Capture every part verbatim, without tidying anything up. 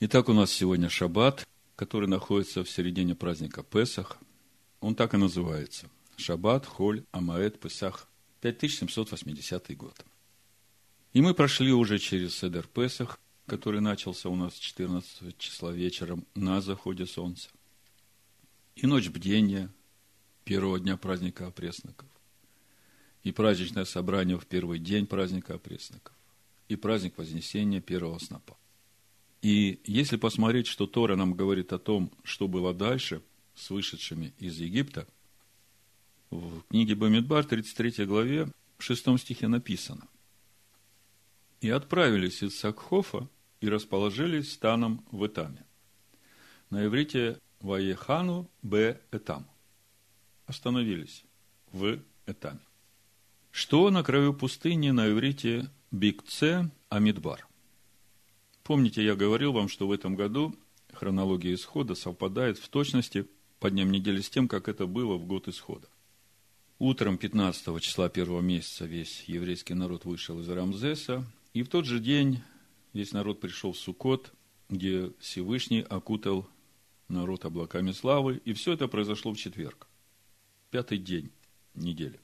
Итак, у нас сегодня шаббат, который находится в середине праздника Песах. Он так и называется. Шаббат, Холь, Амаэд, Песах, пять тысяч семьсот восьмидесятый год. И мы прошли уже через Седер Песах, который начался у нас четырнадцатого числа вечером на заходе солнца. И ночь бдения первого дня праздника опресноков. И праздничное собрание в первый день праздника опресноков. И праздник Вознесения первого снопа. И если посмотреть, что Тора нам говорит о том, что было дальше с вышедшими из Египта, в книге Бамидбар, тридцать третьей главе, в шестом стихе написано: «И отправились из Сакхофа и расположились станом в Этаме». На иврите «Ваехану бе Этам». Остановились в Этаме. Что на краю пустыни на иврите «Бикце Амидбар». Помните, я говорил вам, что в этом году хронология исхода совпадает в точности по дням недели с тем, как это было в год исхода. Утром пятнадцатого числа первого месяца весь еврейский народ вышел из Рамзеса, и в тот же день весь народ пришел в Суккот, где Всевышний окутал народ облаками славы, и все это произошло в четверг, пятый день недели.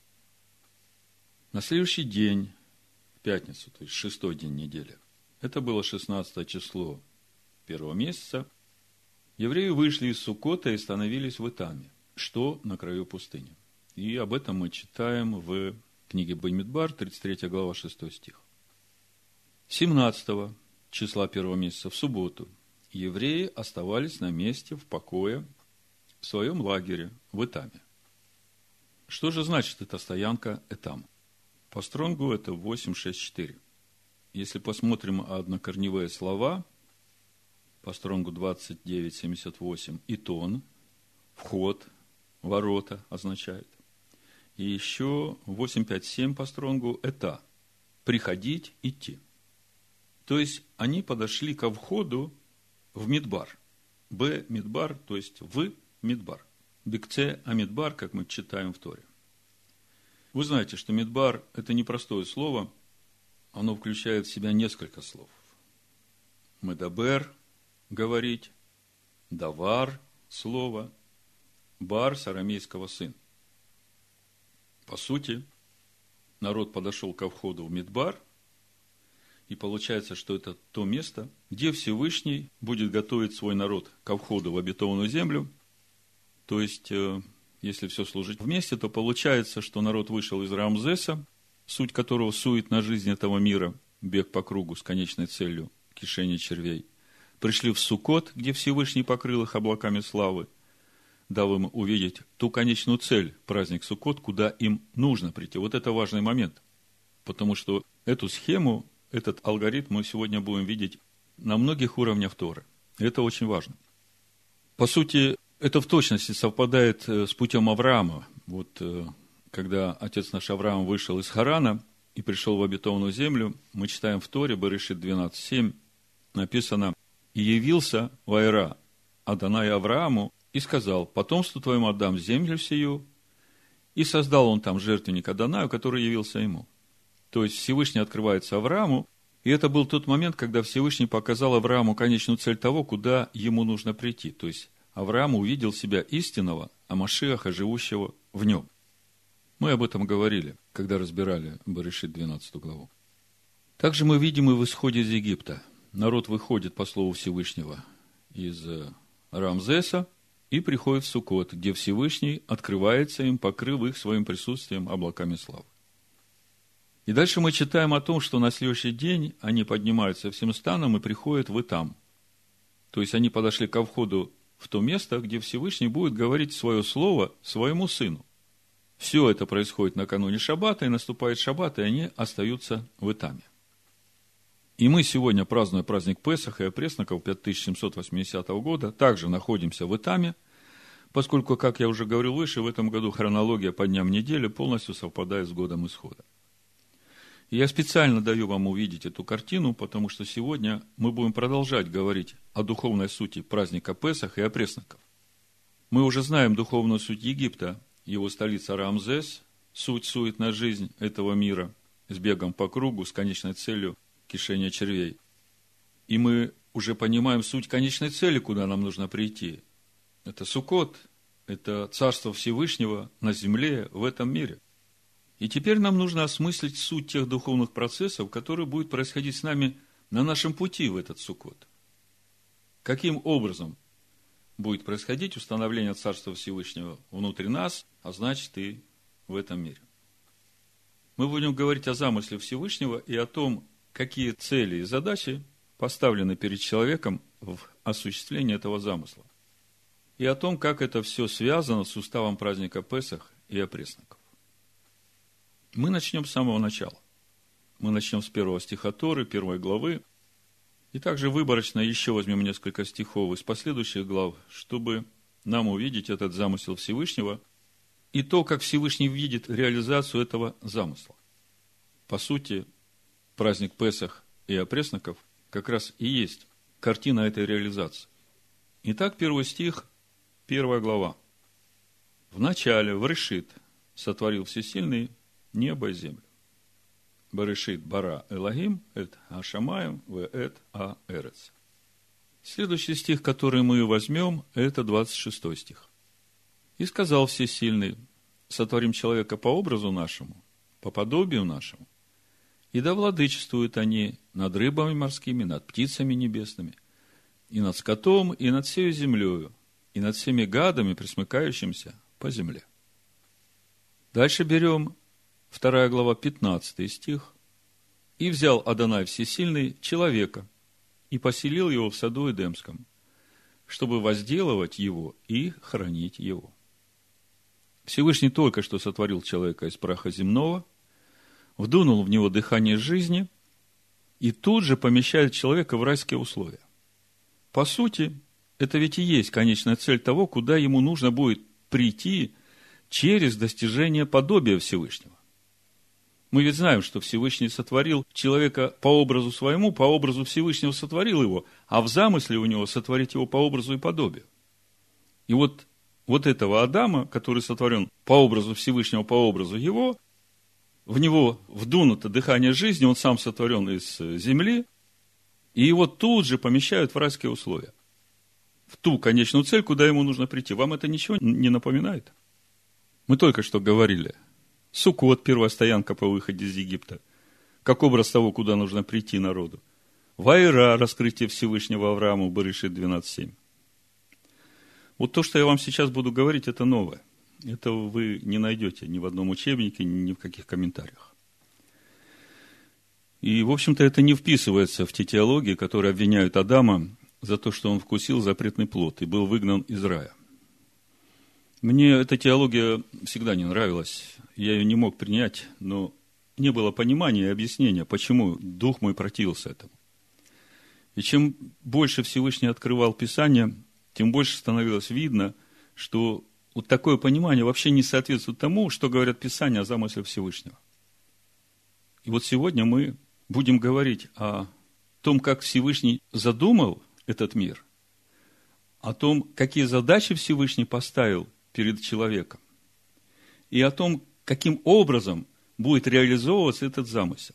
На следующий день, в пятницу, то есть шестой день недели, это было шестнадцатое число первого месяца, евреи вышли из Суккота и становились в Этаме, что на краю пустыни. И об этом мы читаем в книге Бамидбар, тридцать третья глава, шестой стих. семнадцатого числа первого месяца, в субботу, евреи оставались на месте в покое в своем лагере в Этаме. Что же значит эта стоянка Этам? По Стронгу это восемь шесть четыре. Если посмотрим однокорневые слова, по Стронгу двадцать девять семьдесят восемь, итон, вход, ворота означает. И еще восемь пять семь по Стронгу это приходить, идти. То есть они подошли ко входу в Мидбар. Б Мидбар, то есть в Мидбар. Бикце Амидбар, как мы читаем в Торе. Вы знаете, что Мидбар – это непростое слово, оно включает в себя несколько слов. Медабер – говорить, давар – слово, бар – с арамейского сын. По сути, народ подошел ко входу в Мидбар, и получается, что это то место, где Всевышний будет готовить свой народ ко входу в обетованную землю. То есть, если все служить вместе, то получается, что народ вышел из Рамзеса, суть которого суетная жизнь этого мира, бег по кругу с конечной целью кишения червей. Пришли в Суккот, где Всевышний покрыл их облаками славы, дал им увидеть ту конечную цель, праздник Суккот, куда им нужно прийти. Вот это важный момент, потому что эту схему, этот алгоритм мы сегодня будем видеть на многих уровнях Торы. Это очень важно. По сути, это в точности совпадает с путем Авраама. Вот когда отец наш Авраам вышел из Харана и пришел в обетованную землю, мы читаем в Торе, Берешит двенадцать семь, написано: «И явился Вайра Адонай Аврааму и сказал: потомству твоему отдам землю сию, и создал он там жертвенник Адонаю, который явился ему». То есть Всевышний открывается Аврааму, и это был тот момент, когда Всевышний показал Аврааму конечную цель того, куда ему нужно прийти. То есть Авраам увидел себя истинного, а Машиаха, живущего в нем. Мы об этом говорили, когда разбирали Берешит двенадцатую главу. Также мы видим и в исходе из Египта. Народ выходит по слову Всевышнего из Рамзеса и приходит в Суккот, где Всевышний открывается им, покрыв их своим присутствием облаками славы. И дальше мы читаем о том, что на следующий день они поднимаются всем станом и приходят в Этам. То есть они подошли ко входу в то место, где Всевышний будет говорить свое слово своему сыну. Все это происходит накануне Шаббата, и наступает Шаббат, и они остаются в Этаме. И мы сегодня, празднуя праздник Песаха и опресноков пять тысяч семьсот восьмидесятого года, также находимся в Этаме, поскольку, как я уже говорил выше, в этом году хронология по дням недели полностью совпадает с годом исхода. И я специально даю вам увидеть эту картину, потому что сегодня мы будем продолжать говорить о духовной сути праздника Песах и опресноков. Мы уже знаем духовную суть Египта, его столица Рамзес, суть суетная жизнь этого мира с бегом по кругу, с конечной целью кишения червей. И мы уже понимаем суть конечной цели, куда нам нужно прийти. Это Суккот, это Царство Всевышнего на земле, в этом мире. И теперь нам нужно осмыслить суть тех духовных процессов, которые будут происходить с нами на нашем пути в этот Суккот. Каким образом будет происходить установление Царства Всевышнего внутри нас, а значит и в этом мире. Мы будем говорить о замысле Всевышнего и о том, какие цели и задачи поставлены перед человеком в осуществлении этого замысла. И о том, как это все связано с уставом праздника Песах и опресноков. Мы начнем с самого начала. Мы начнем с первого стиха Торы, первой главы. И также выборочно еще возьмем несколько стихов из последующих глав, чтобы нам увидеть этот замысел Всевышнего и то, как Всевышний видит реализацию этого замысла. По сути, праздник Песах и опресноков как раз и есть картина этой реализации. Итак, первый стих, первая глава. В начале, в Решит, сотворил Всесильный небо и землю. Берешит бара Элогим, эт ашамаем, в эт а эрец. Следующий стих, который мы возьмем, это двадцать шестой стих. И сказал Всесильный: сотворим человека по образу нашему, по подобию нашему, и да владычествуют они над рыбами морскими, над птицами небесными, и над скотом, и над всею землею, и над всеми гадами, пресмыкающимся по земле. Дальше берем вторая глава, пятнадцатый стих. И взял Адонай Всесильный человека и поселил его в саду Эдемском, чтобы возделывать его и хранить его. Всевышний только что сотворил человека из праха земного, вдунул в него дыхание жизни и тут же помещает человека в райские условия. По сути, это ведь и есть конечная цель того, куда ему нужно будет прийти через достижение подобия Всевышнего. Мы ведь знаем, что Всевышний сотворил человека по образу своему, по образу Всевышнего сотворил его, а в замысле у него сотворить его по образу и подобию. И вот, вот этого Адама, который сотворен по образу Всевышнего, по образу его, в него вдунуто дыхание жизни, он сам сотворен из земли, и его тут же помещают в райские условия. В ту конечную цель, куда ему нужно прийти. Вам это ничего не напоминает? Мы только что говорили. Суккот, первая стоянка по выходе из Египта, как образ того, куда нужно прийти народу. Ваира, раскрытие Всевышнего Аврааму, Берешит двенадцать семь. Вот то, что я вам сейчас буду говорить, это новое. Это вы не найдете ни в одном учебнике, ни в каких комментариях. И, в общем-то, это не вписывается в те теологии, которые обвиняют Адама за то, что он вкусил запретный плод и был выгнан из рая. Мне эта теология всегда не нравилась, я ее не мог принять, но не было понимания и объяснения, почему дух мой противился этому. И чем больше Всевышний открывал Писание, тем больше становилось видно, что вот такое понимание вообще не соответствует тому, что говорят Писания о замысле Всевышнего. И вот сегодня мы будем говорить о том, как Всевышний задумал этот мир, о том, какие задачи Всевышний поставил перед человеком, и о том, каким образом будет реализовываться этот замысел.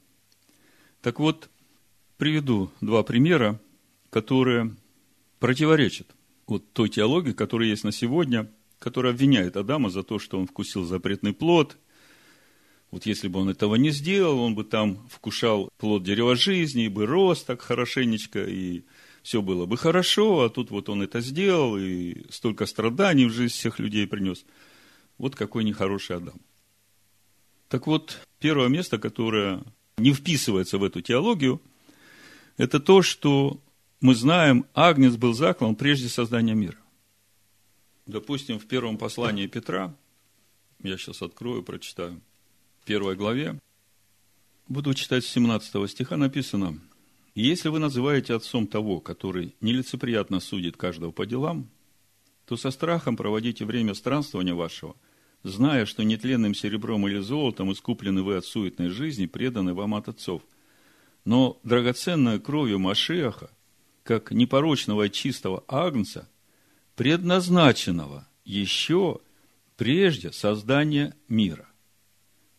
Так вот, приведу два примера, которые противоречат вот той теологии, которая есть на сегодня, которая обвиняет Адама за то, что он вкусил запретный плод. Вот если бы он этого не сделал, он бы там вкушал плод дерева жизни, и бы рос так хорошенечко, и все было бы хорошо, а тут вот он это сделал, и столько страданий в жизнь всех людей принес. Вот какой нехороший Адам. Так вот, первое место, которое не вписывается в эту теологию, это то, что мы знаем, Агнец был заклан прежде создания мира. Допустим, в первом послании Петра, я сейчас открою, прочитаю, в первой главе, буду читать с семнадцатого стиха, написано: «Если вы называете отцом того, который нелицеприятно судит каждого по делам, то со страхом проводите время странствования вашего, зная, что нетленным серебром или золотом искуплены вы от суетной жизни, преданы вам от отцов, но драгоценной кровью Машиаха, как непорочного и чистого агнца, предназначенного еще прежде создания мира,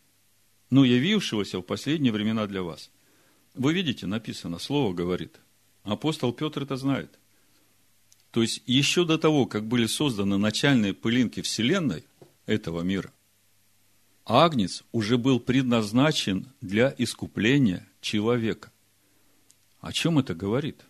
но явившегося в последние времена для вас». Вы видите, написано, слово говорит, Апостол Петр это знает. То есть, еще до того, как были созданы начальные пылинки Вселенной, этого мира, Агнец уже был предназначен для искупления человека. О чем это говорит?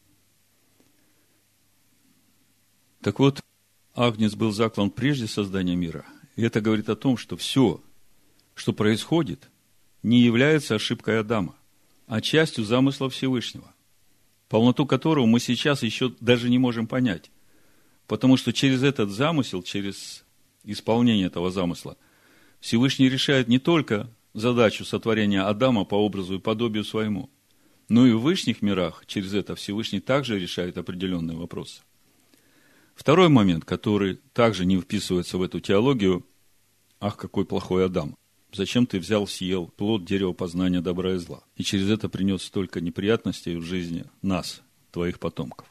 Так вот, Агнец был заклан прежде создания мира. И это говорит о том, что все, что происходит, не является ошибкой Адама, а частью замысла Всевышнего, полноту которого мы сейчас еще даже не можем понять. Потому что через этот замысел, через исполнение этого замысла, Всевышний решает не только задачу сотворения Адама по образу и подобию своему, но и в высших мирах через это Всевышний также решает определенные вопросы. Второй момент, который также не вписывается в эту теологию: ах, какой плохой Адам! Зачем ты взял, съел плод дерева познания добра и зла? И через это принес столько неприятностей в жизни нас, твоих потомков.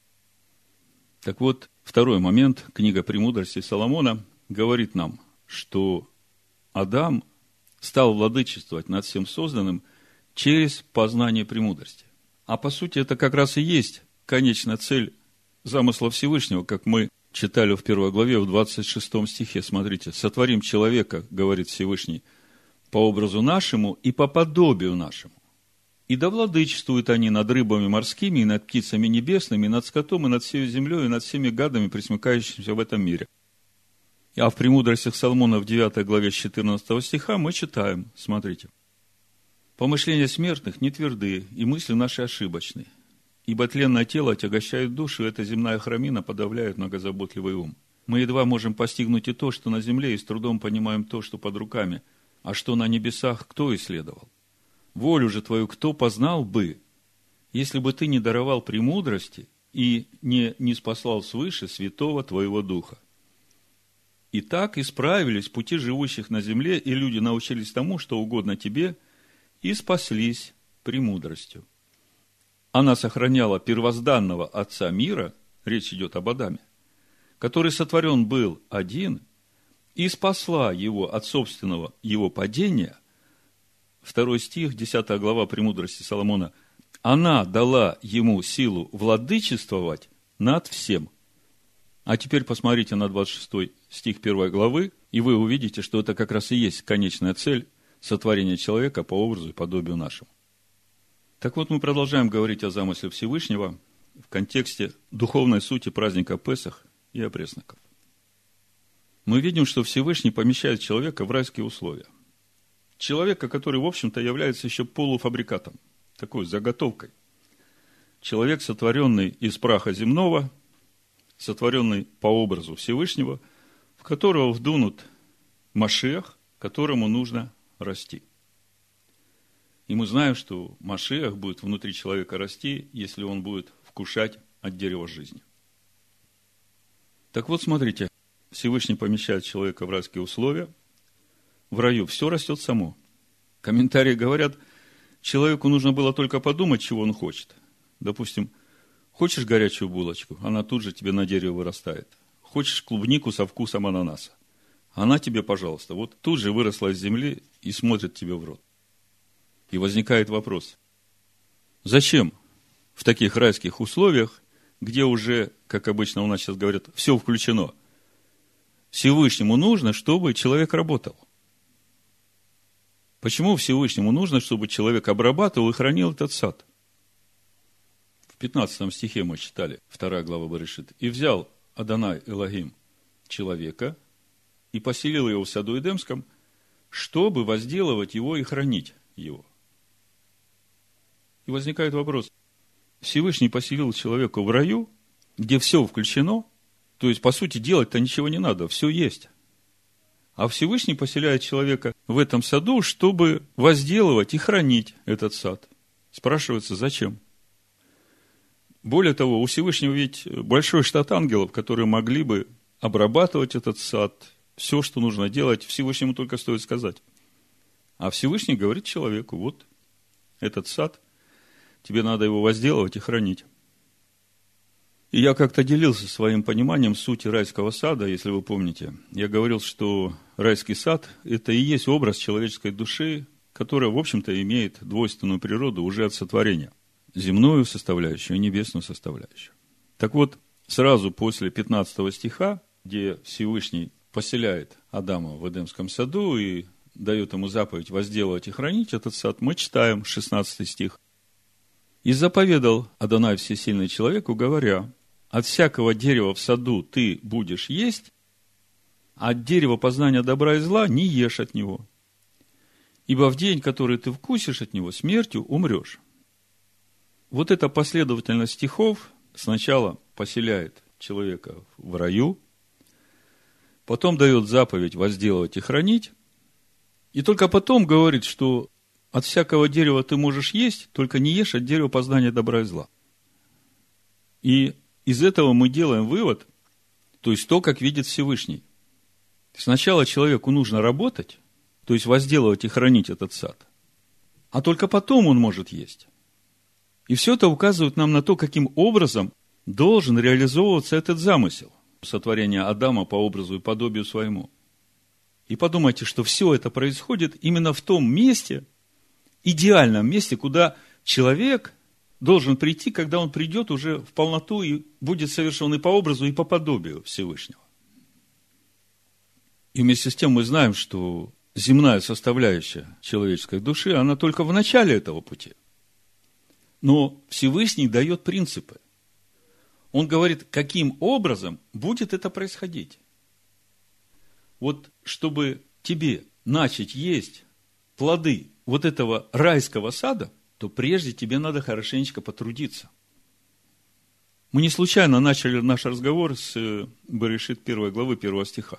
Так вот, второй момент, книга «Премудрости» Соломона говорит нам, что Адам стал владычествовать над всем созданным через познание премудрости. А по сути, это как раз и есть конечная цель замысла Всевышнего, как мы читали в первой главе, в двадцать шестом стихе. Смотрите: «Сотворим человека, — говорит Всевышний, — по образу нашему и по подобию нашему. И да владычествуют они над рыбами морскими, и над птицами небесными, и над скотом, и над всей землей, и над всеми гадами, пресмыкающимися в этом мире». А в «Премудростях Соломона» в девятой главе с четырнадцатого стиха мы читаем, смотрите: «Помышления смертных не тверды, и мысли наши ошибочны. Ибо тленное тело отягощает душу, и эта земная храмина подавляет многозаботливый ум. Мы едва можем постигнуть и то, что на земле, и с трудом понимаем то, что под руками. А что на небесах, кто исследовал? Волю же твою кто познал бы, если бы ты не даровал премудрости и не ниспослал свыше святого твоего духа? И так исправились пути живущих на земле, и люди научились тому, что угодно тебе, и спаслись премудростью. Она сохраняла первозданного Отца мира, речь идет об Адаме, который сотворен был один, и спасла его от собственного его падения». Второй стих, десятая глава «Премудрости Соломона». «Она дала ему силу владычествовать над всем». А теперь посмотрите на двадцать шестой стих первой главы, и вы увидите, что это как раз и есть конечная цель сотворения человека по образу и подобию нашему. Так вот, мы продолжаем говорить о замысле Всевышнего в контексте духовной сути праздника Песах и опресноков. Мы видим, что Всевышний помещает человека в райские условия. Человека, который, в общем-то, является еще полуфабрикатом, такой заготовкой. Человек, сотворенный из праха земного, сотворенный по образу Всевышнего, в которого вдунут Машиах, которому нужно расти. И мы знаем, что Машиах будет внутри человека расти, если он будет вкушать от дерева жизни. Так вот, смотрите, Всевышний помещает человека в райские условия. В раю все растет само. Комментарии говорят, человеку нужно было только подумать, чего он хочет. Допустим, хочешь горячую булочку, она тут же тебе на дереве вырастает. Хочешь клубнику со вкусом ананаса, она тебе, пожалуйста, вот тут же выросла из земли и смотрит тебе в рот. И возникает вопрос: зачем в таких райских условиях, где уже, как обычно у нас сейчас говорят, все включено, Всевышнему нужно, чтобы человек работал? Почему Всевышнему нужно, чтобы человек обрабатывал и хранил этот сад? В пятнадцатом стихе мы читали, вторая глава Берешит: «И взял Адонай Элохим человека и поселил его в саду Эдемском, чтобы возделывать его и хранить его». И возникает вопрос: Всевышний поселил человека в раю, где все включено, то есть, по сути, делать-то ничего не надо, все есть. А Всевышний поселяет человека в этом саду, чтобы возделывать и хранить этот сад. Спрашивается, зачем? Более того, у Всевышнего ведь большой штат ангелов, которые могли бы обрабатывать этот сад, все, что нужно делать, Всевышнему только стоит сказать. А Всевышний говорит человеку: вот этот сад, тебе надо его возделывать и хранить. И я как-то делился своим пониманием сути райского сада, если вы помните. Я говорил, что райский сад – это и есть образ человеческой души, которая, в общем-то, имеет двойственную природу уже от сотворения. земную составляющую и небесную составляющую. Так вот, сразу после пятнадцатого стиха, где Всевышний поселяет Адама в Эдемском саду и дает ему заповедь возделывать и хранить этот сад, мы читаем шестнадцатый стих. «И заповедал Адонай Всесильный человеку, говоря: от всякого дерева в саду ты будешь есть, а от дерева познания добра и зла не ешь от него. Ибо в день, который ты вкусишь от него, смертью умрешь». Вот эта последовательность стихов сначала поселяет человека в раю, потом дает заповедь возделывать и хранить, и только потом говорит, что от всякого дерева ты можешь есть, только не ешь от дерева познания добра и зла. И из этого мы делаем вывод, то есть то, как видит Всевышний. Сначала человеку нужно работать, то есть возделывать и хранить этот сад, а только потом он может есть. И все это указывает нам на то, каким образом должен реализовываться этот замысел сотворения Адама по образу и подобию своему. И подумайте, что все это происходит именно в том месте, идеальном месте, куда человек должен прийти, когда он придет уже в полноту и будет совершен и по образу, и по подобию Всевышнего. И вместе с тем мы знаем, что земная составляющая человеческой души, она только в начале этого пути. Но Всевышний дает принципы. Он говорит, каким образом будет это происходить. Вот чтобы тебе начать есть плоды вот этого райского сада, то прежде тебе надо хорошенечко потрудиться. Мы не случайно начали наш разговор с Берешит первой главы первого стиха.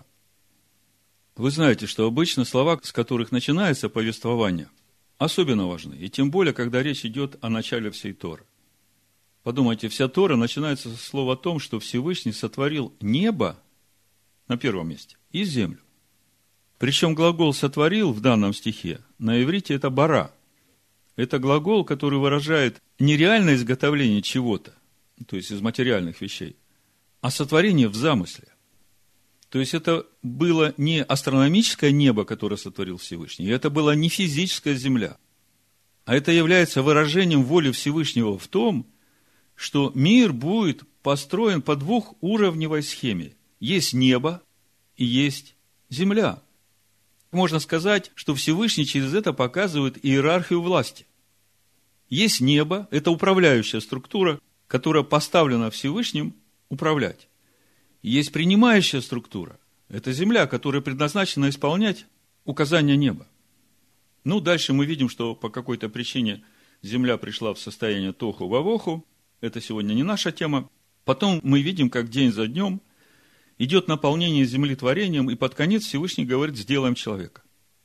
Вы знаете, что обычно слова, с которых начинается повествование, особенно важны, и тем более, когда речь идет о начале всей Торы. Подумайте, вся Тора начинается со слова о том, что Всевышний сотворил небо на первом месте и землю. Причем глагол «сотворил» в данном стихе на иврите это «бара». Это глагол, который выражает не реальное изготовление чего-то, то есть из материальных вещей, а сотворение в замысле. То есть это было не астрономическое небо, которое сотворил Всевышний, это была не физическая земля, а это является выражением воли Всевышнего в том, что мир будет построен по двухуровневой схеме. Есть небо и есть земля. Можно сказать, что Всевышний через это показывает иерархию власти. Есть небо, это управляющая структура, которая поставлена Всевышним управлять. Есть принимающая структура, это земля, которая предназначена исполнять указания неба. Ну, дальше мы видим, что по какой-то причине земля пришла в состояние тоху-вавоху. Это сегодня не наша тема. Потом мы видим, как день за днем идет наполнение земли творением, и под конец Всевышний говорит: сделаем человека.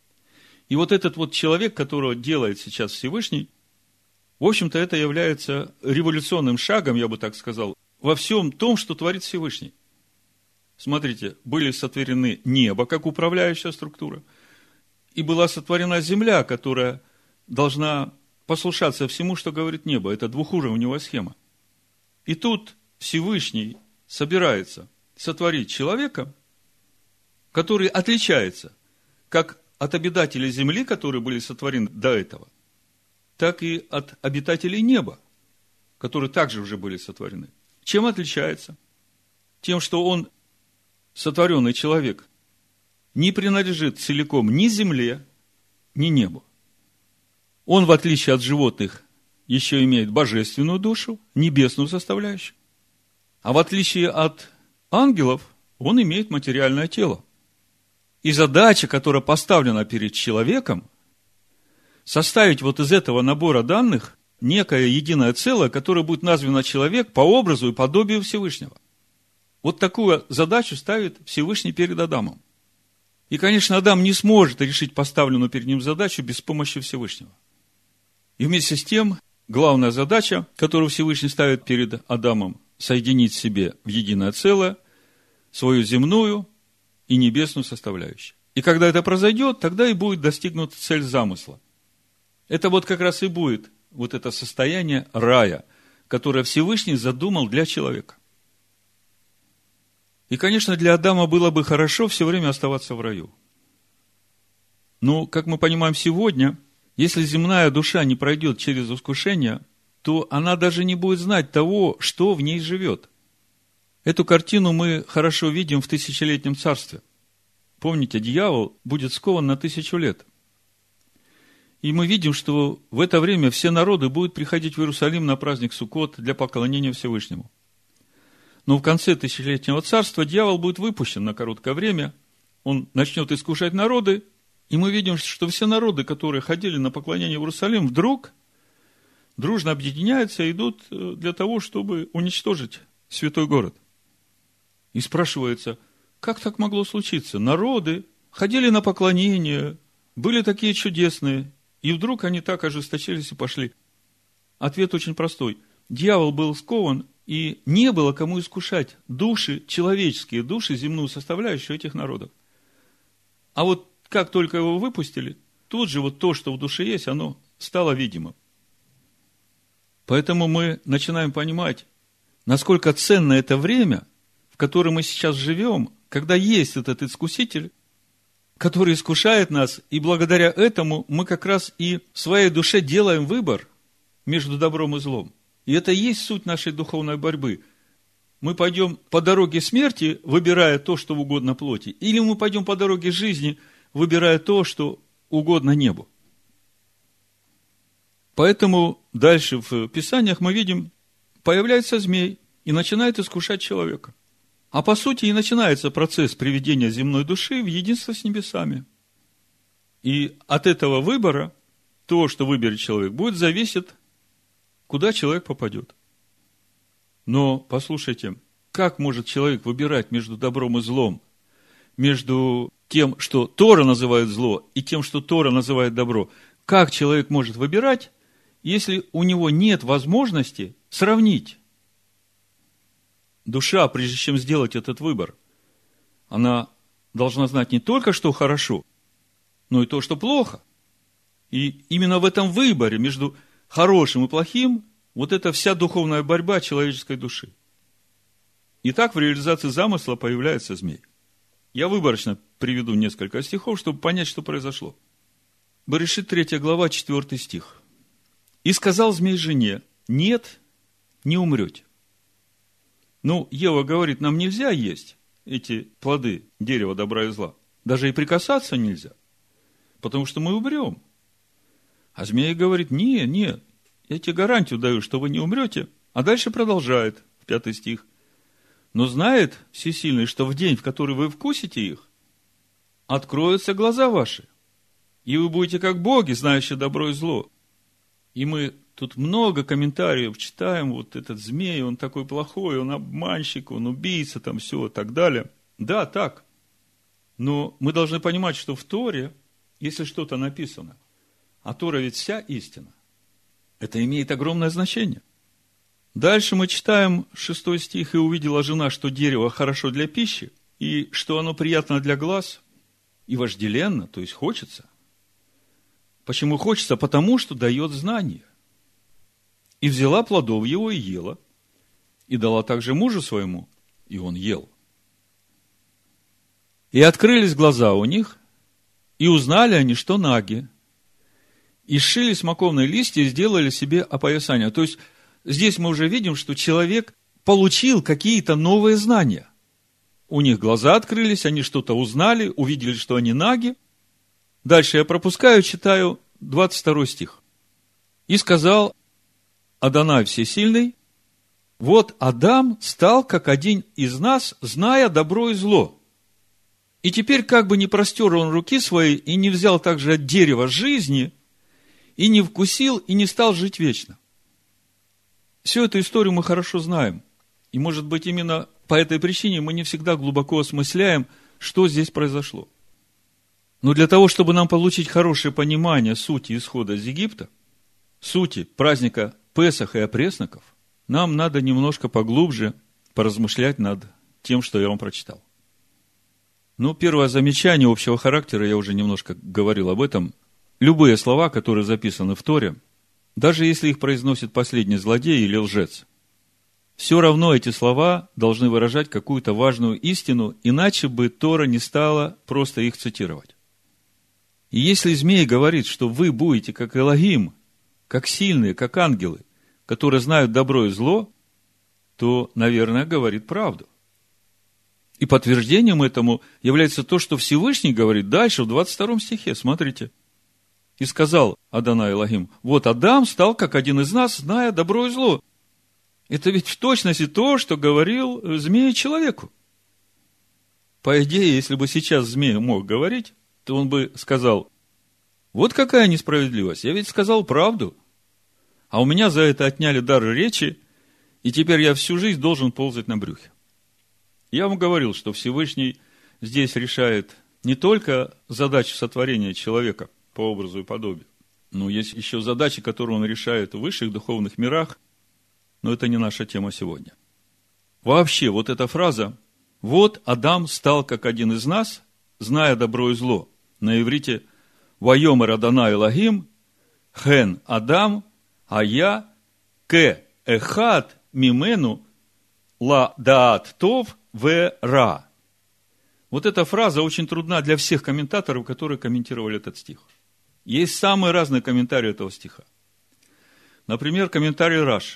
И вот этот вот человек, которого делает сейчас Всевышний, в общем-то, это является революционным шагом, я бы так сказал, во всем том, что творит Всевышний. Смотрите, были сотворены небо, как управляющая структура, и была сотворена земля, которая должна послушаться всему, что говорит небо. Это двухуровневая схема. И тут Всевышний собирается сотворить человека, который отличается как от обитателей земли, которые были сотворены до этого, так и от обитателей неба, которые также уже были сотворены. Чем отличается? Тем, что он, сотворенный человек, не принадлежит целиком ни земле, ни небу. Он, в отличие от животных, еще имеет божественную душу, небесную составляющую. А в отличие от ангелов, он имеет материальное тело. И задача, которая поставлена перед человеком, составить вот из этого набора данных некое единое целое, которое будет названо человек по образу и подобию Всевышнего. Вот такую задачу ставит Всевышний перед Адамом. И, конечно, Адам не сможет решить поставленную перед ним задачу без помощи Всевышнего. И вместе с тем, главная задача, которую Всевышний ставит перед Адамом, соединить в себе в единое целое свою земную и небесную составляющую. И когда это произойдет, тогда и будет достигнута цель замысла. Это вот как раз и будет вот это состояние рая, которое Всевышний задумал для человека. И, конечно, для Адама было бы хорошо все время оставаться в раю. Но, как мы понимаем сегодня, если земная душа не пройдет через искушение, то она даже не будет знать того, что в ней живет. Эту картину мы хорошо видим в тысячелетнем царстве. Помните, дьявол будет скован на тысячу лет. И мы видим, что в это время все народы будут приходить в Иерусалим на праздник Суккот для поклонения Всевышнему. Но в конце тысячелетнего царства дьявол будет выпущен на короткое время, он начнет искушать народы, и мы видим, что все народы, которые ходили на поклонение в Иерусалим, вдруг дружно объединяются и идут для того, чтобы уничтожить святой город. И спрашивается, как так могло случиться? Народы ходили на поклонение, были такие чудесные, и вдруг они так ожесточились и пошли. Ответ очень простой. Дьявол был скован, и не было кому искушать души, человеческие души, земную составляющую этих народов. А вот как только его выпустили, тут же вот то, что в душе есть, оно стало видимым. Поэтому мы начинаем понимать, насколько ценно это время, в котором мы сейчас живем, когда есть этот искуситель, который искушает нас, и благодаря этому мы как раз и в своей душе делаем выбор между добром и злом. И это и есть суть нашей духовной борьбы. Мы пойдем по дороге смерти, выбирая то, что угодно плоти, или мы пойдем по дороге жизни, выбирая то, что угодно небу. Поэтому дальше в Писаниях мы видим, появляется змей и начинает искушать человека. А по сути и начинается процесс приведения земной души в единство с небесами. И от этого выбора, то, что выберет человек, будет зависеть, куда человек попадет. Но, послушайте, как может человек выбирать между добром и злом, между тем, что Тора называет зло, и тем, что Тора называет добро? Как человек может выбирать, если у него нет возможности сравнить? Душа, прежде чем сделать этот выбор, она должна знать не только, что хорошо, но и то, что плохо. И именно в этом выборе между хорошим и плохим вот эта вся духовная борьба человеческой души. И так в реализации замысла появляется змей. Я выборочно приведу несколько стихов, чтобы понять, что произошло. Берешит третья глава, четвёртый стих. «И сказал змей жене: нет, не умрете». Ну, Ева говорит, нам нельзя есть эти плоды дерева добра и зла. Даже и прикасаться нельзя, потому что мы умрем. А змей говорит, не, нет, я тебе гарантию даю, что вы не умрете. А дальше продолжает, в пятый стих. Но знает Всесильный, что в день, в который вы вкусите их, откроются глаза ваши, и вы будете как боги, знающие добро и зло. И мы тут много комментариев читаем, вот этот змей, он такой плохой, он обманщик, он убийца, там все, и так далее. Да, так. Но мы должны понимать, что в Торе, если что-то написано, а Тора ведь вся истина, это имеет огромное значение. Дальше мы читаем шестой стих, «И увидела жена, что дерево хорошо для пищи, и что оно приятно для глаз, и вожделенно», то есть хочется. Почему хочется? Потому что дает знание. И взяла плодов его и ела, и дала также мужу своему, и он ел. И открылись глаза у них, и узнали они, что наги, и сшили смоковные листья и сделали себе опоясание. То есть, здесь мы уже видим, что человек получил какие-то новые знания. У них глаза открылись, они что-то узнали, увидели, что они наги. Дальше я пропускаю, читаю двадцать второй стих. «И сказал Адонай Всесильный: вот Адам стал, как один из нас, зная добро и зло. И теперь как бы не простер он руки свои, и не взял также от дерева жизни, и не вкусил, и не стал жить вечно». Всю эту историю мы хорошо знаем. И, может быть, именно по этой причине мы не всегда глубоко осмысляем, что здесь произошло. Но для того, чтобы нам получить хорошее понимание сути исхода из Египта, сути праздника Песах и опресноков, нам надо немножко поглубже поразмышлять над тем, что я вам прочитал. Ну, первое замечание общего характера, я уже немножко говорил об этом. Любые слова, которые записаны в Торе, даже если их произносит последний злодей или лжец, все равно эти слова должны выражать какую-то важную истину, иначе бы Тора не стала просто их цитировать. И если змей говорит, что вы будете как Элохим, как сильные, как ангелы, которые знают добро и зло, то, наверное, говорит правду. И подтверждением этому является то, что Всевышний говорит дальше, в двадцать втором стихе. Смотрите. «И сказал Адонай Элохим: вот Адам стал, как один из нас, зная добро и зло». Это ведь в точности то, что говорил змей человеку. По идее, если бы сейчас змей мог говорить, то он бы сказал: вот какая несправедливость, я ведь сказал правду, а у меня за это отняли дар речи, и теперь я всю жизнь должен ползать на брюхе. Я вам говорил, что Всевышний здесь решает не только задачу сотворения человека по образу и подобию, но есть еще задачи, которые он решает в высших духовных мирах, но это не наша тема сегодня. Вообще, вот эта фраза «Вот Адам стал, как один из нас, зная добро и зло». На иврите «Вайомер Адонай Элохим, хен Адам, а я ке эхад мимену ла даат тов ве ра». Вот эта фраза очень трудна для всех комментаторов, которые комментировали этот стих. Есть самые разные комментарии этого стиха. Например, комментарий Раши.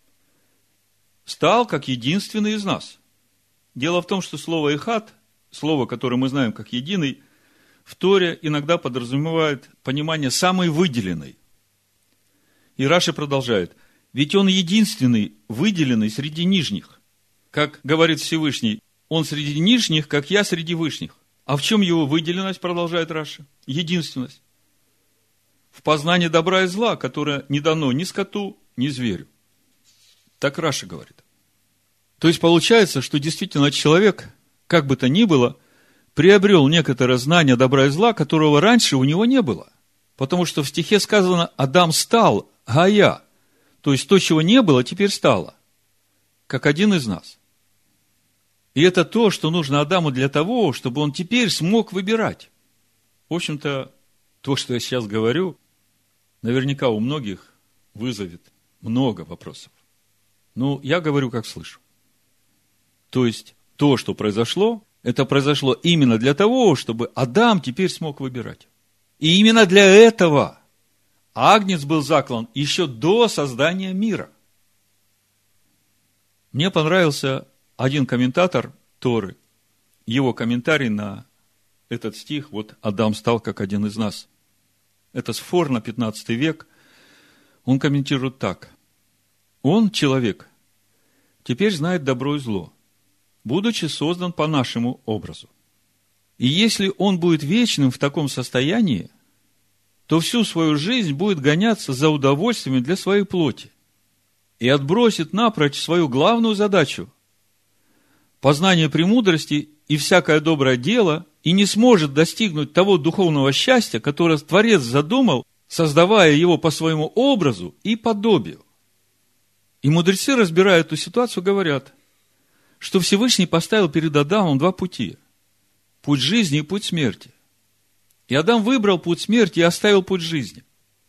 «Стал, как единственный из нас». Дело в том, что слово «эхад», слово, которое мы знаем как «единый», в Торе иногда подразумевает понимание «самый выделенный». И Раши продолжает: «Ведь он единственный, выделенный среди нижних. Как говорит Всевышний, он среди нижних, как я среди вышних». А в чем его выделенность, продолжает Раши? Единственность. В познании добра и зла, которое не дано ни скоту, ни зверю. Так Раши говорит. То есть получается, что действительно человек, как бы то ни было, приобрел некоторое знание добра и зла, которого раньше у него не было. Потому что в стихе сказано: Адам стал, гая. То есть то, чего не было, теперь стало. Как один из нас. И это то, что нужно Адаму для того, чтобы он теперь смог выбирать. В общем-то, то, что я сейчас говорю, наверняка у многих вызовет много вопросов. Ну, я говорю, как слышу. То есть, то, что произошло, это произошло именно для того, чтобы Адам теперь смог выбирать. И именно для этого Агнец был заклан еще до создания мира. Мне понравился один комментатор Торы, его комментарий на этот стих, вот Адам стал, как один из нас. Это Сфор на пятнадцатый век. Он комментирует так. Он, человек, теперь знает добро и зло, будучи создан по нашему образу. И если он будет вечным в таком состоянии, то всю свою жизнь будет гоняться за удовольствиями для своей плоти и отбросит напрочь свою главную задачу – познание премудрости и всякое доброе дело, и не сможет достигнуть того духовного счастья, которое Творец задумал, создавая его по своему образу и подобию. И мудрецы, разбирая эту ситуацию, говорят, что Всевышний поставил перед Адамом два пути. Путь жизни и путь смерти. И Адам выбрал путь смерти и оставил путь жизни.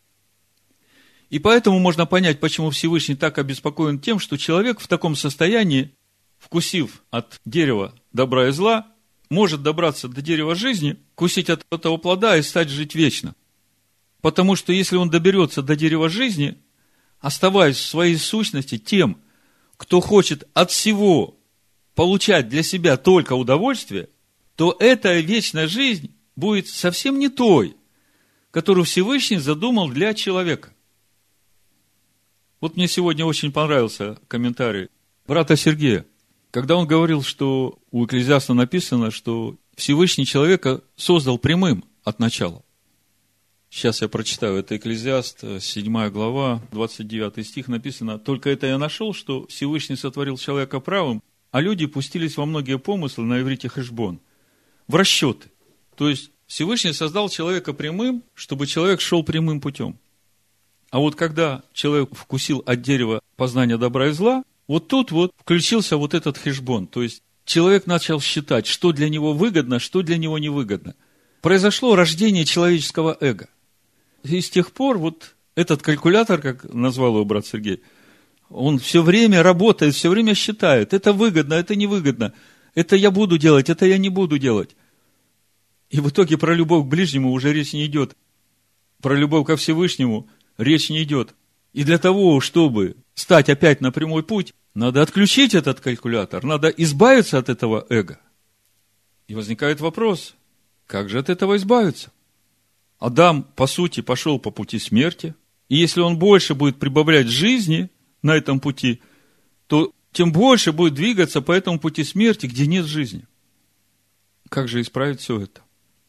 И поэтому можно понять, почему Всевышний так обеспокоен тем, что человек в таком состоянии, вкусив от дерева добра и зла, может добраться до дерева жизни, вкусить от этого плода и стать жить вечно. Потому что если он доберется до дерева жизни, оставаясь в своей сущности тем, кто хочет от всего получать для себя только удовольствие, то эта вечная жизнь будет совсем не той, которую Всевышний задумал для человека. Вот мне сегодня очень понравился комментарий брата Сергея, когда он говорил, что у Экклезиаста написано, что Всевышний человека создал прямым от начала. Сейчас я прочитаю, это Экклезиаст, седьмая глава, двадцать девятый стих, написано: «Только это я нашел, что Всевышний сотворил человека правым, а люди пустились во многие помыслы на иврите хешбон, в расчеты». То есть, Всевышний создал человека прямым, чтобы человек шел прямым путем. А вот когда человек вкусил от дерева познания добра и зла, вот тут вот включился вот этот хешбон. То есть, человек начал считать, что для него выгодно, что для него невыгодно. Произошло рождение человеческого эго. И с тех пор вот этот калькулятор, как назвал его брат Сергей, он все время работает, все время считает. Это выгодно, это невыгодно. Это я буду делать, это я не буду делать. И в итоге про любовь к ближнему уже речь не идет. Про любовь ко Всевышнему речь не идет. И для того, чтобы стать опять на прямой путь, надо отключить этот калькулятор, надо избавиться от этого эго. И возникает вопрос, как же от этого избавиться? Адам, по сути, пошел по пути смерти, и если он больше будет прибавлять жизни на этом пути, то тем больше будет двигаться по этому пути смерти, где нет жизни. Как же исправить все это?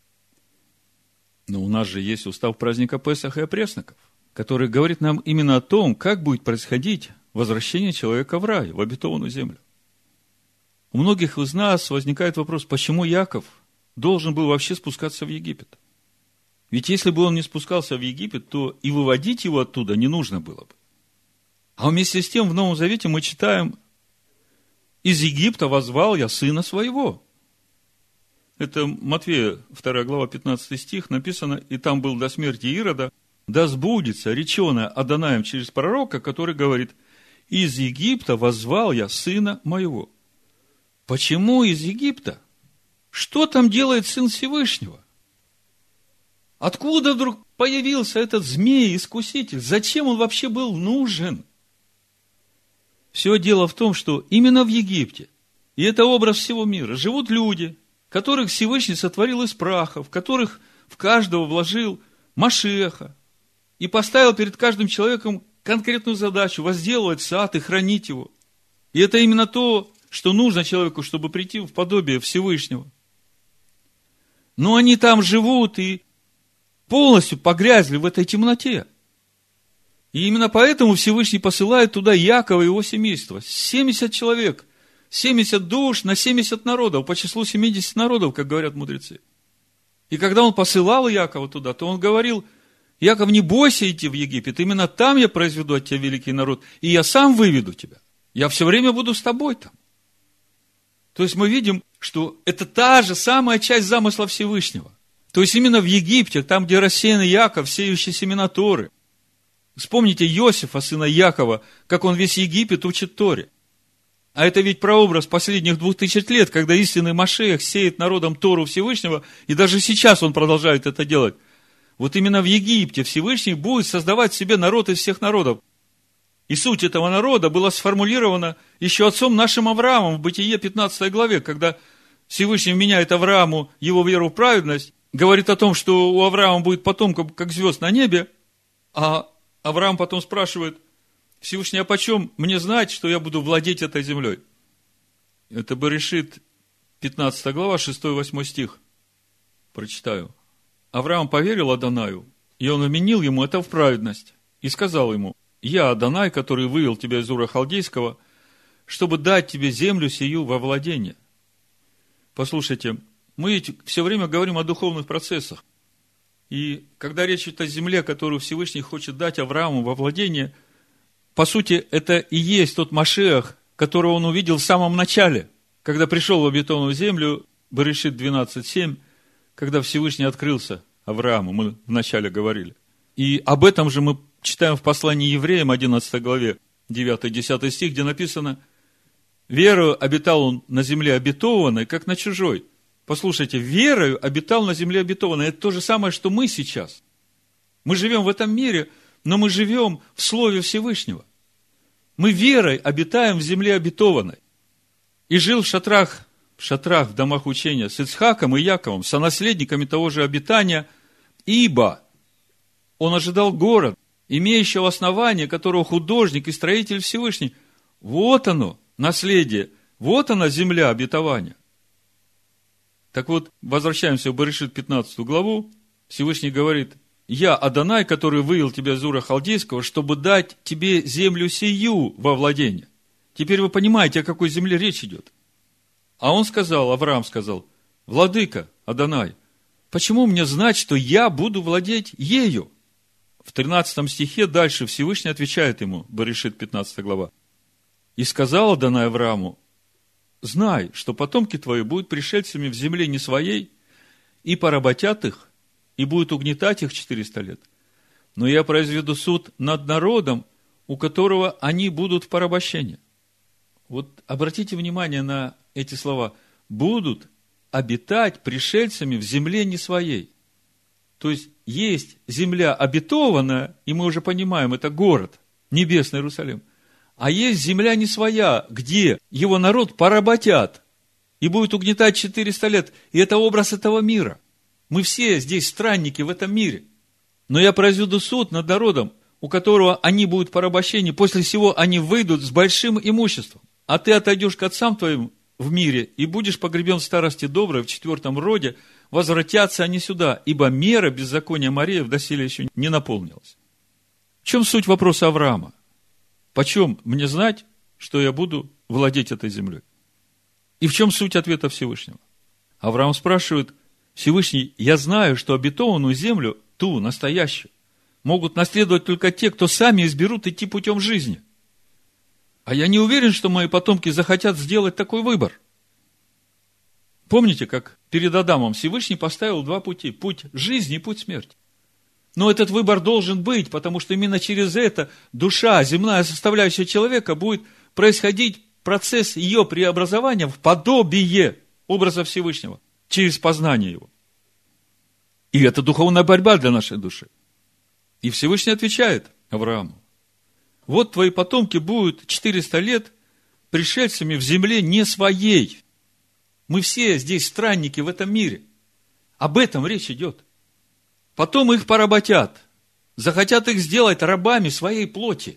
Но у нас же есть устав праздника Песах и опресноков, который говорит нам именно о том, как будет происходить возвращение человека в рай, в обетованную землю. У многих из нас возникает вопрос, почему Яков должен был вообще спускаться в Египет? Ведь если бы он не спускался в Египет, то и выводить его оттуда не нужно было бы. А вместе с тем в Новом Завете мы читаем: «Из Египта воззвал я сына своего». Это Матфея, вторая глава, пятнадцатый стих, написано: «И там был до смерти Ирода, да сбудется реченое Адонаем через пророка, который говорит: из Египта воззвал я сына моего». Почему из Египта? Что там делает Сын Всевышнего? Откуда вдруг появился этот змей-искуситель? Зачем он вообще был нужен? Все дело в том, что именно в Египте, и это образ всего мира, живут люди, которых Всевышний сотворил из праха, в которых в каждого вложил Машиаха и поставил перед каждым человеком конкретную задачу: возделывать сад и хранить его. И это именно то, что нужно человеку, чтобы прийти в подобие Всевышнего. Но они там живут и полностью погрязли в этой темноте. И именно поэтому Всевышний посылает туда Якова и его семейство. семьдесят человек, семьдесят душ на семьдесят народов, по числу семьдесят народов, как говорят мудрецы. И когда он посылал Якова туда, то он говорил: Яков, не бойся идти в Египет, именно там я произведу от тебя великий народ, и я сам выведу тебя. Я все время буду с тобой там. То есть мы видим, что это та же самая часть замысла Всевышнего. То есть именно в Египте, там, где рассеян Яков, сеющий семена Торы. Вспомните Иосифа, сына Якова, как он весь Египет учит Торе. А это ведь прообраз последних двух тысяч лет, когда истинный Машиах сеет народом Тору Всевышнего, и даже сейчас он продолжает это делать. Вот именно в Египте Всевышний будет создавать себе народ из всех народов. И суть этого народа была сформулирована еще отцом нашим Авраамом в Бытие пятнадцатой главе, когда Всевышний вменяет Аврааму его веру в праведность, говорит о том, что у Авраама будет потомком, как звезд на небе, а Авраам потом спрашивает: Всевышний, а почем мне знать, что я буду владеть этой землей? Это Берешит, пятнадцатая глава, шестой-восьмой стих. Прочитаю. Авраам поверил Адонаю, и он вменил ему это в праведность, и сказал ему: я Адонай, который вывел тебя из Ура Халдейского, чтобы дать тебе землю сию во владение. Послушайте, мы ведь все время говорим о духовных процессах. И когда речь идет о земле, которую Всевышний хочет дать Аврааму во владение, по сути, это и есть тот Машиах, которого он увидел в самом начале, когда пришел в обетованную землю, Берешит двенадцать семь, когда Всевышний открылся Аврааму, мы вначале говорили. И об этом же мы читаем в послании Евреям, одиннадцатой главе, девятый-десятый стих, где написано: верою обитал он на земле обетованной, как на чужой. Послушайте, верою обитал на земле обетованной. Это то же самое, что мы сейчас. Мы живем в этом мире, но мы живем в Слове Всевышнего. Мы верой обитаем в земле обетованной. И жил в шатрах, в шатрах, в домах учения с Ицхаком и Яковом, сонаследниками того же обетания, ибо он ожидал город, имеющего основание, которого художник и строитель Всевышний. Вот оно, наследие, вот она, земля обетования. Так вот, возвращаемся в Берешит пятнадцатую главу. Всевышний говорит: я Адонай, который вывел тебя из Ура Халдейского, чтобы дать тебе землю сию во владение. Теперь вы понимаете, о какой земле речь идет. А он сказал, Авраам сказал: владыка Адонай, почему мне знать, что я буду владеть ею? В тринадцатом стихе дальше Всевышний отвечает ему, Берешит пятнадцатая глава: и сказал Адонай Аврааму: знай, что потомки твои будут пришельцами в земле не своей, и поработят их, и будут угнетать их четыреста лет. Но я произведу суд над народом, у которого они будут в порабощении. Вот обратите внимание на эти слова. Будут обитать пришельцами в земле не своей. То есть, есть земля обетованная, и мы уже понимаем, это город, небесный Иерусалим. А есть земля не своя, где его народ поработят и будет угнетать четыреста лет. И это образ этого мира. Мы все здесь странники в этом мире. Но я произведу суд над народом, у которого они будут порабощены. После всего они выйдут с большим имуществом. А ты отойдешь к отцам твоим в мире и будешь погребен в старости доброй, в четвертом роде. Возвратятся они сюда, ибо мера беззакония Мореев доселе еще не наполнилась. В чем суть вопроса Авраама? Почем мне знать, что я буду владеть этой землей? И в чем суть ответа Всевышнего? Авраам спрашивает: Всевышний, я знаю, что обетованную землю, ту, настоящую, могут наследовать только те, кто сами изберут идти путем жизни. А я не уверен, что мои потомки захотят сделать такой выбор. Помните, как перед Адамом Всевышний поставил два пути: путь жизни и путь смерти. Но этот выбор должен быть, потому что именно через это душа, земная составляющая человека, будет происходить процесс ее преобразования в подобие образа Всевышнего, через познание его. И это духовная борьба для нашей души. И Всевышний отвечает Аврааму: вот твои потомки будут четыреста лет пришельцами в земле не своей. Мы все здесь странники в этом мире. Об этом речь идет. Потом их поработят, захотят их сделать рабами своей плоти.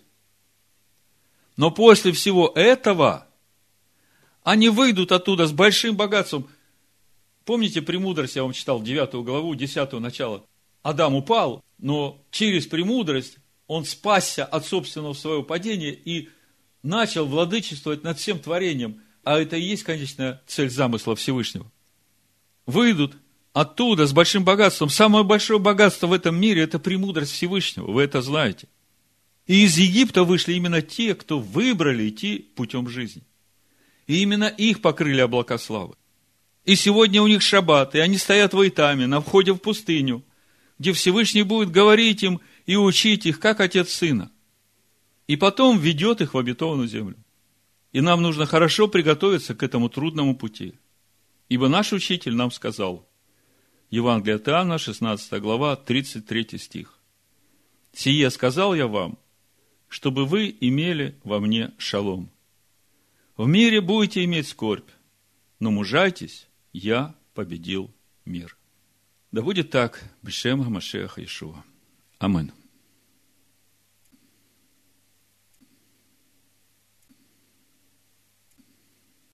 Но после всего этого они выйдут оттуда с большим богатством. Помните премудрость, я вам читал девятую главу, десятое начало. Адам упал, но через премудрость он спасся от собственного своего падения и начал владычествовать над всем творением. А это и есть конечная цель замысла Всевышнего. Выйдут оттуда с большим богатством. Самое большое богатство в этом мире – это премудрость Всевышнего. Вы это знаете. И из Египта вышли именно те, кто выбрали идти путем жизни. И именно их покрыли облака славы. И сегодня у них шаббат, и они стоят в Итаме, на входе в пустыню, где Всевышний будет говорить им и учить их, как отец сына. И потом ведет их в обетованную землю. И нам нужно хорошо приготовиться к этому трудному пути. Ибо наш учитель нам сказал, Евангелие от Иоанна, шестнадцатая глава, тридцать третий стих. «Сие сказал я вам, чтобы вы имели во мне шалом. В мире будете иметь скорбь, но мужайтесь, я победил мир». Да будет так, б'шем ха-Машиах Иешуа. Амин.